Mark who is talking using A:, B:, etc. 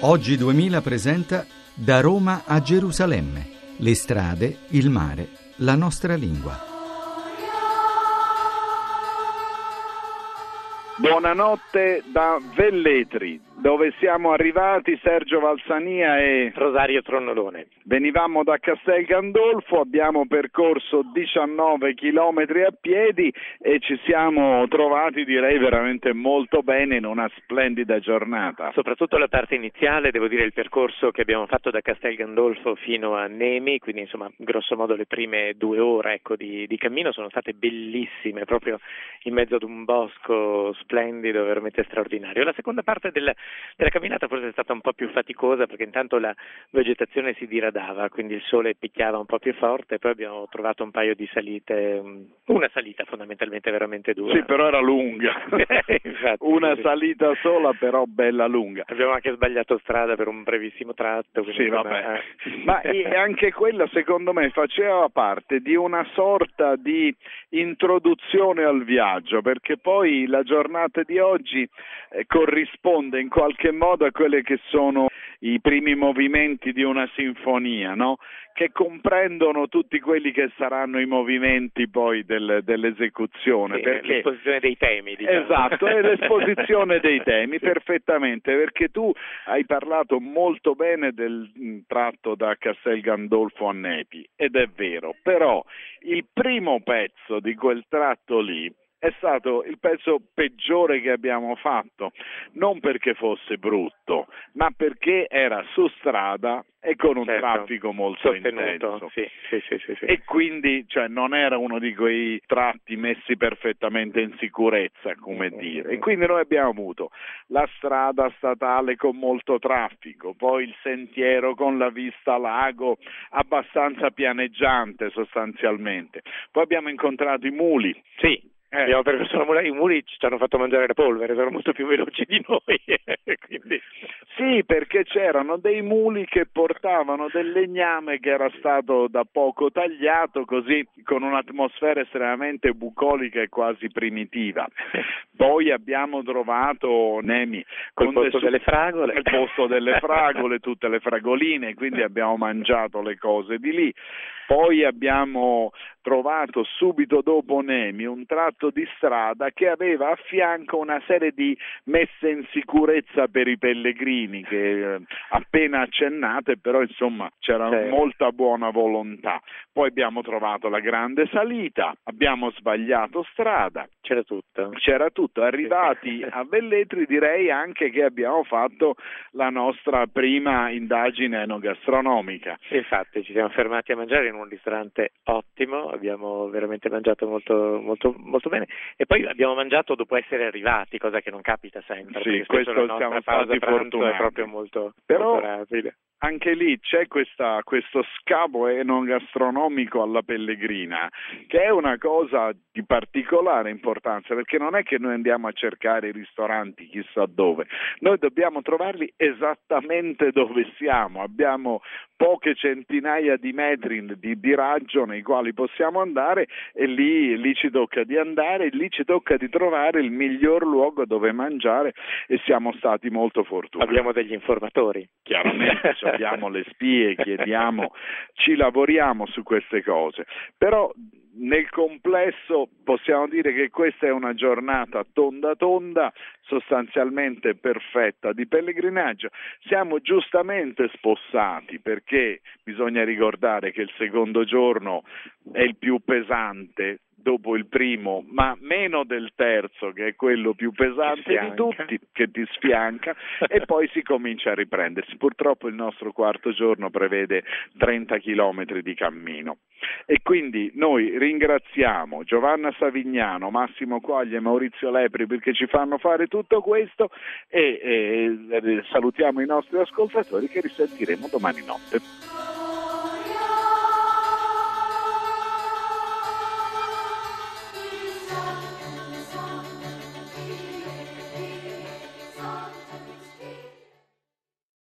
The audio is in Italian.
A: Oggi 2000 presenta Da Roma a Gerusalemme. Le strade, il mare, la nostra lingua.
B: Buonanotte da Velletri, dove siamo arrivati Sergio Valsania e
C: Rosario Tronnolone.
B: Venivamo da Castel Gandolfo, abbiamo percorso 19 chilometri a piedi e ci siamo trovati, direi, veramente molto bene in una splendida giornata.
C: Soprattutto la parte iniziale, devo dire, il percorso che abbiamo fatto da Castel Gandolfo fino a Nemi, quindi insomma grosso modo le prime 2 ore di cammino sono state bellissime, proprio in mezzo ad un bosco splendido, veramente straordinario. La seconda parte della camminata forse è stata un po' più faticosa perché intanto la vegetazione si diradava, quindi il sole picchiava un po' più forte, e poi abbiamo trovato un paio di salite, una salita fondamentalmente veramente dura.
B: Sì, però era lunga.
C: Infatti,
B: una
C: sì.
B: salita sola, però bella lunga.
C: Abbiamo anche sbagliato strada per un brevissimo tratto.
B: Sì, vabbè. Ma anche quella, secondo me, faceva parte di una sorta di introduzione al viaggio, perché poi la giornata di oggi corrisponde in qualche modo a quelle che sono i primi movimenti di una sinfonia, no? Che comprendono tutti quelli che saranno i movimenti poi dell'esecuzione.
C: Sì,
B: perché
C: l'esposizione dei temi, diciamo.
B: Esatto, è l'esposizione dei temi, perfettamente, perché tu hai parlato molto bene del tratto da Castel Gandolfo a Nepi, ed è vero, però il primo pezzo di quel tratto lì è stato il pezzo peggiore che abbiamo fatto, non perché fosse brutto, ma perché era su strada e con un traffico molto intenso.
C: Sì.
B: E quindi non era uno di quei tratti messi perfettamente in sicurezza, come dire. E quindi noi abbiamo avuto la strada statale con molto traffico, poi il sentiero con la vista lago abbastanza pianeggiante sostanzialmente. Poi abbiamo incontrato i muli.
C: Sì. Abbiamo percorso i muli, ci hanno fatto mangiare la polvere, sono molto più veloci di noi. Quindi...
B: Sì, perché c'erano dei muli che portavano del legname che era stato da poco tagliato, così con un'atmosfera estremamente bucolica e quasi primitiva. Poi abbiamo trovato Nemi
C: col posto delle fragole.
B: Al posto delle fragole, tutte le fragoline, quindi abbiamo mangiato le cose di lì. Poi abbiamo trovato subito dopo Nemi un tratto di strada che aveva a fianco una serie di messe in sicurezza per i pellegrini, che appena accennate, però insomma c'era molta buona volontà. Poi abbiamo trovato la grande salita, abbiamo sbagliato strada.
C: C'era tutto.
B: Arrivati a Velletri direi anche che abbiamo fatto la nostra prima indagine enogastronomica.
C: Infatti ci siamo fermati a mangiare in un ristorante ottimo, abbiamo veramente mangiato molto, molto, molto bene, e poi abbiamo mangiato dopo essere arrivati, cosa che non capita sempre.
B: Sì, questo
C: la
B: siamo
C: pausa
B: stati
C: pranzo
B: fortunati.
C: È proprio molto rapida.
B: Anche lì c'è questo scavo enogastronomico alla pellegrina, che è una cosa di particolare importanza, perché non è che noi andiamo a cercare i ristoranti chissà dove, noi dobbiamo trovarli esattamente dove siamo, abbiamo poche centinaia di metri di raggio nei quali possiamo andare, e lì ci tocca di andare, lì ci tocca di trovare il miglior luogo dove mangiare, e siamo stati molto fortunati.
C: Abbiamo degli informatori.
B: Chiaramente abbiamo le spie, ci lavoriamo su queste cose, però nel complesso possiamo dire che questa è una giornata tonda, sostanzialmente perfetta di pellegrinaggio. Siamo giustamente spossati perché bisogna ricordare che il secondo giorno è il più pesante dopo il primo, ma meno del terzo, che è quello più pesante di tutti, che ti sfianca, e poi si comincia a riprendersi. Purtroppo il nostro quarto giorno prevede 30 chilometri di cammino. E quindi noi ringraziamo Giovanna Savignano, Massimo Quaglia e Maurizio Lepri perché ci fanno fare tutto questo, e salutiamo i nostri ascoltatori che risentiremo domani notte.